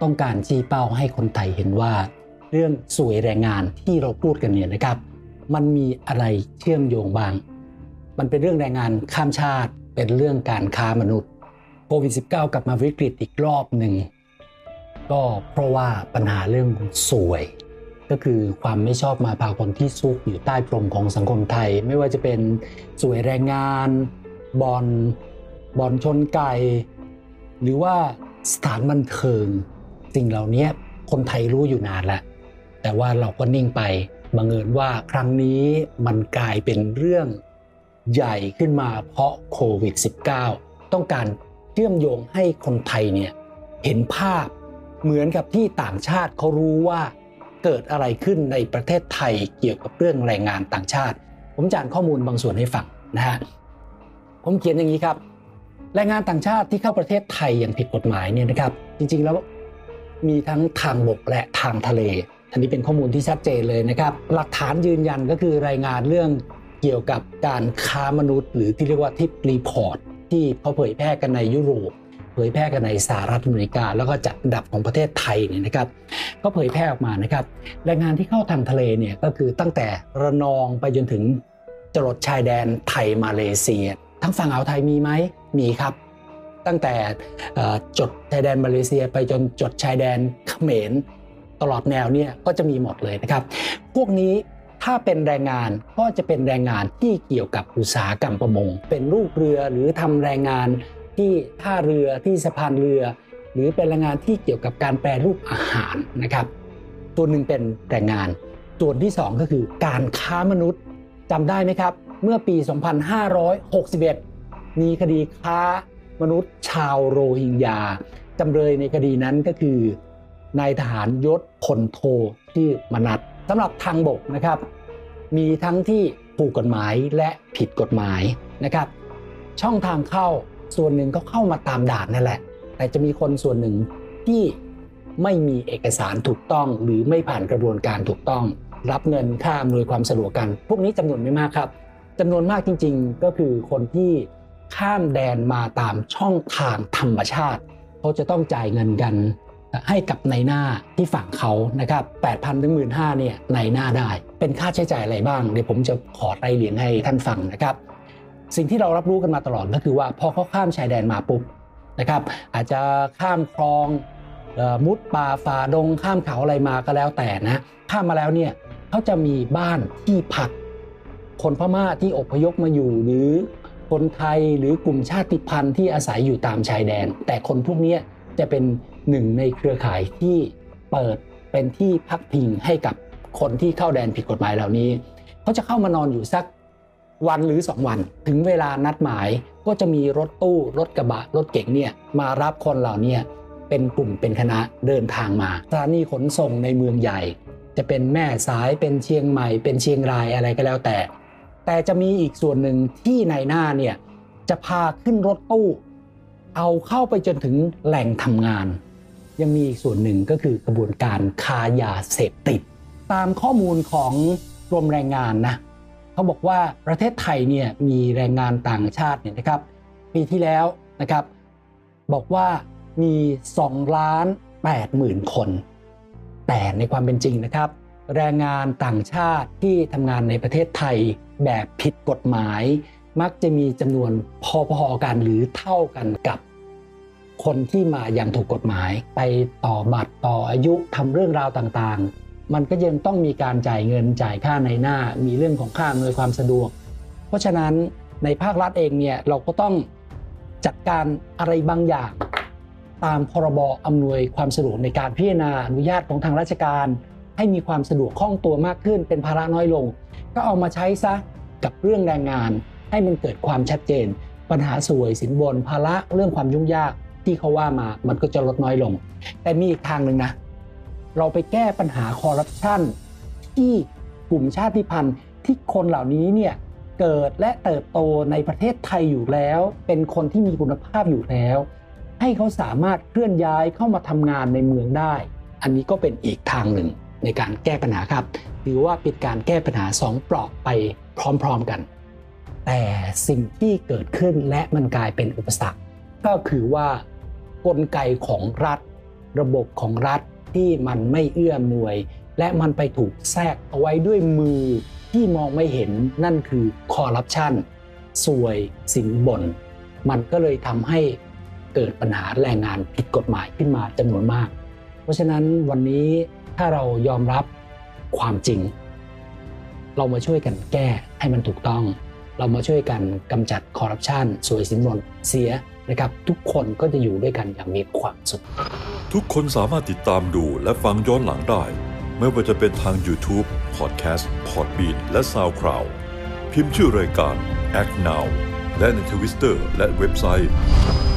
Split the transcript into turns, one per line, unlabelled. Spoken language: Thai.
ต้องการชี้เป้าให้คนไทยเห็นว่าเรื่องสวยแรงงานที่เราพูดกันเนี่ยนะครับมันมีอะไรเชื่อมโยงบ้างมันเป็นเรื่องแรงงานข้ามชาติเป็นเรื่องการค้ามนุษย์โควิด -19 กลับมาวิกฤตอีกรอบหนึ่งก็เพราะว่าปัญหาเรื่องสวยก็คือความไม่ชอบมาพากลที่ซุกอยู่ใต้พรมของสังคมไทยไม่ว่าจะเป็นสวยแรงงานบ่อนชนไก่หรือว่าสถานบันเทิงสิ่งเหล่านี้คนไทยรู้อยู่นานแล้วแต่ว่าเราก็นิ่งไปบังเอิญว่าครั้งนี้มันกลายเป็นเรื่องใหญ่ขึ้นมาเพราะโควิด -19 ต้องการเชื่อมโยงให้คนไทยเนี่ยเห็นภาพเหมือนกับที่ต่างชาติเขารู้ว่าเกิดอะไรขึ้นในประเทศไทยเกี่ยวกับเรื่องแรงงานต่างชาติผมจะอ่านข้อมูลบางส่วนให้ฟังนะฮะผมเขียนอย่างนี้ครับแรงงานต่างชาติที่เข้าประเทศไทยอย่างผิดกฎหมายเนี่ยนะครับจริงๆแล้วมีทั้งทางบกและทางทะเลอันนี้เป็นข้อมูลที่ชัดเจนเลยนะครับหลักฐานยืนยันก็คือรายงานเรื่องเกี่ยวกับการค้ามนุษย์หรือที่เรียกว่าทิปรีพอร์ตที่เขาเผยแพร่กันในยุโรปเผยแพร่กันในสหรัฐอเมริกาแล้วก็จัดอันดับของประเทศไทยเนี่ยนะครับก็เผยแพร่ออกมานะครับแรงงานที่เข้าทางทะเลเนี่ยก็คือตั้งแต่ระนองไปจนถึงจรดชายแดนไทยมาเลเซียทั้งฝั่งอ่าวไทยมีไหมมีครับตั้งแต่จดชายแดนมาเลเซียไปจนจดชายแดนเขมรตลอดแนวเนี่ยก็จะมีหมดเลยนะครับพวกนี้ถ้าเป็นแรงงานก็จะเป็นแรงงานที่เกี่ยวกับอุตสาหกรรมประมงเป็นลูกเรือหรือทำแรงงานที่ท่าเรือที่สะพานเรือหรือเป็นแรงงานที่เกี่ยวกับการแปรรูปอาหารนะครับตัวหนึ่งเป็นแรงงานส่วนที่สองก็คือการค้ามนุษย์จำได้ไหมครับเมื่อปี 2561 มีคดีค้ามนุษย์ชาวโรฮิงญาจำเลยในคดีนั้นก็คือนายทหารยศพลโทชื่อมนัสสำหรับทางบกนะครับมีทั้งที่ถูกกฎหมายและผิดกฎหมายนะครับช่องทางเข้าส่วนหนึ่งก็เข้ามาตามด่านนั่นแหละแต่จะมีคนส่วนหนึ่งที่ไม่มีเอกสารถูกต้องหรือไม่ผ่านกระบวนการถูกต้องรับเงินค่าอำนวยความสะดวกกันพวกนี้จำนวนไม่มากครับจำนวนมากจริงๆก็คือคนที่ข้ามแดนมาตามช่องทางธรรมชาติเขาจะต้องจ่ายเงินกันให้กับนายหน้าที่ฝั่งเขานะครับ 8,000 ถึง 15,000 เนี่ยนายหน้าได้เป็นค่าใช้จ่ายอะไรบ้างเดี๋ยวผมจะขอไล่เรียงให้ท่านฟังนะครับสิ่งที่เรารับรู้กันมาตลอดก็คือว่าพอเขาข้ามชายแดนมาปุ๊บนะครับอาจจะข้ามคลองมุดป่าฝ่าดงข้ามเขาอะไรมาก็แล้วแต่นะข้ามมาแล้วเนี่ยเขาจะมีบ้านที่พักคนพม่าที่อพยพมาอยู่หรือคนไทยหรือกลุ่มชาติพันธุ์ที่อาศัยอยู่ตามชายแดนแต่คนพวกนี้จะเป็นหนึ่งในเครือข่ายที่เปิดเป็นที่พักพิงให้กับคนที่เข้าแดนผิดกฎหมายเหล่านี้เขาจะเข้ามานอนอยู่สักวันหรือ2 วันถึงเวลานัดหมายก็จะมีรถตู้รถกระบะรถเก๋งเนี่ยมารับคนเหล่านี้เป็นกลุ่มเป็นคณะเดินทางมาสถานีขนส่งในเมืองใหญ่จะเป็นแม่สายเป็นเชียงใหม่เป็นเชียงรายอะไรก็แล้วแต่จะมีอีกส่วนหนึ่งที่นายหน้าเนี่ยจะพาขึ้นรถตู้เอาเข้าไปจนถึงแหล่งทำงานยังมีอีกส่วนหนึ่งก็คือกระบวนการค้ายาเสพติดตามข้อมูลของกรมแรงงานนะเขาบอกว่าประเทศไทยเนี่ยมีแรงงานต่างชาติเนี่ยนะครับปีที่แล้วนะครับบอกว่ามี2,800,000 คนแต่ในความเป็นจริงนะครับแรงงานต่างชาติที่ทำงานในประเทศไทยแบบผิดกฎหมายมักจะมีจำนวนพอๆกันหรือเท่ากันกับคนที่มาอย่างถูกกฎหมายไปต่อบัตรต่ออายุทำเรื่องราวต่างๆมันก็ยังต้องมีการจ่ายเงินจ่ายค่าในหน้ามีเรื่องของค่าอำนวยความสะดวกเพราะฉะนั้นในภาครัฐเองเนี่ยเราก็ต้องจัดการอะไรบางอย่างตามพรบอำนวยความสะดวกในการพิจารณาอนุญาตของทางราชการให้มีความสะดวกคล่องตัวมากขึ้นเป็นภาระน้อยลงก็เอามาใช้ซะกับเรื่องแรงงานให้มันเกิดความชัดเจนปัญหาสวยสินบนภาระเรื่องความยุ่งยากที่เขาว่ามามันก็จะลดน้อยลงแต่มีอีกทางหนึ่งนะเราไปแก้ปัญหาคอร์รัปชันที่กลุ่มชาติพันธุ์ที่คนเหล่านี้เนี่ยเกิดและเติบโตในประเทศไทยอยู่แล้วเป็นคนที่มีคุณภาพอยู่แล้วให้เขาสามารถเคลื่อนย้ายเข้ามาทำงานในเมืองได้อันนี้ก็เป็นอีกทางหนึ่งในการแก้ปัญหาครับหรือว่าเป็นการแก้ปัญหา2 เปราะไปพร้อมๆกันแต่สิ่งที่เกิดขึ้นและมันกลายเป็นอุปสรรคก็คือว่ากลไกของรัฐระบบของรัฐที่มันไม่เอื้ออำนวยและมันไปถูกแทรกเอาไว้ด้วยมือที่มองไม่เห็นนั่นคือคอร์รัปชันสวยสินบนมันก็เลยทำให้เกิดปัญหาแรงงานผิดกฎหมายขึ้นมาจำนวนมากเพราะฉะนั้นวันนี้ถ้าเรายอมรับความจริงเรามาช่วยกันแก้ให้มันถูกต้องเรามาช่วยกันกำจัดคอร์รัปชันสวยสินบนเสียนะครับทุกคนก็จะอยู่ด้วยกันอย่างมีความสุข
ทุกคนสามารถติดตามดูและฟังย้อนหลังได้ไม่ว่าจะเป็นทาง YouTube, Podcast, Podbean และ SoundCloud พิมพ์ชื่อรายการ Act Now และใน Twitter และเว็บไซต์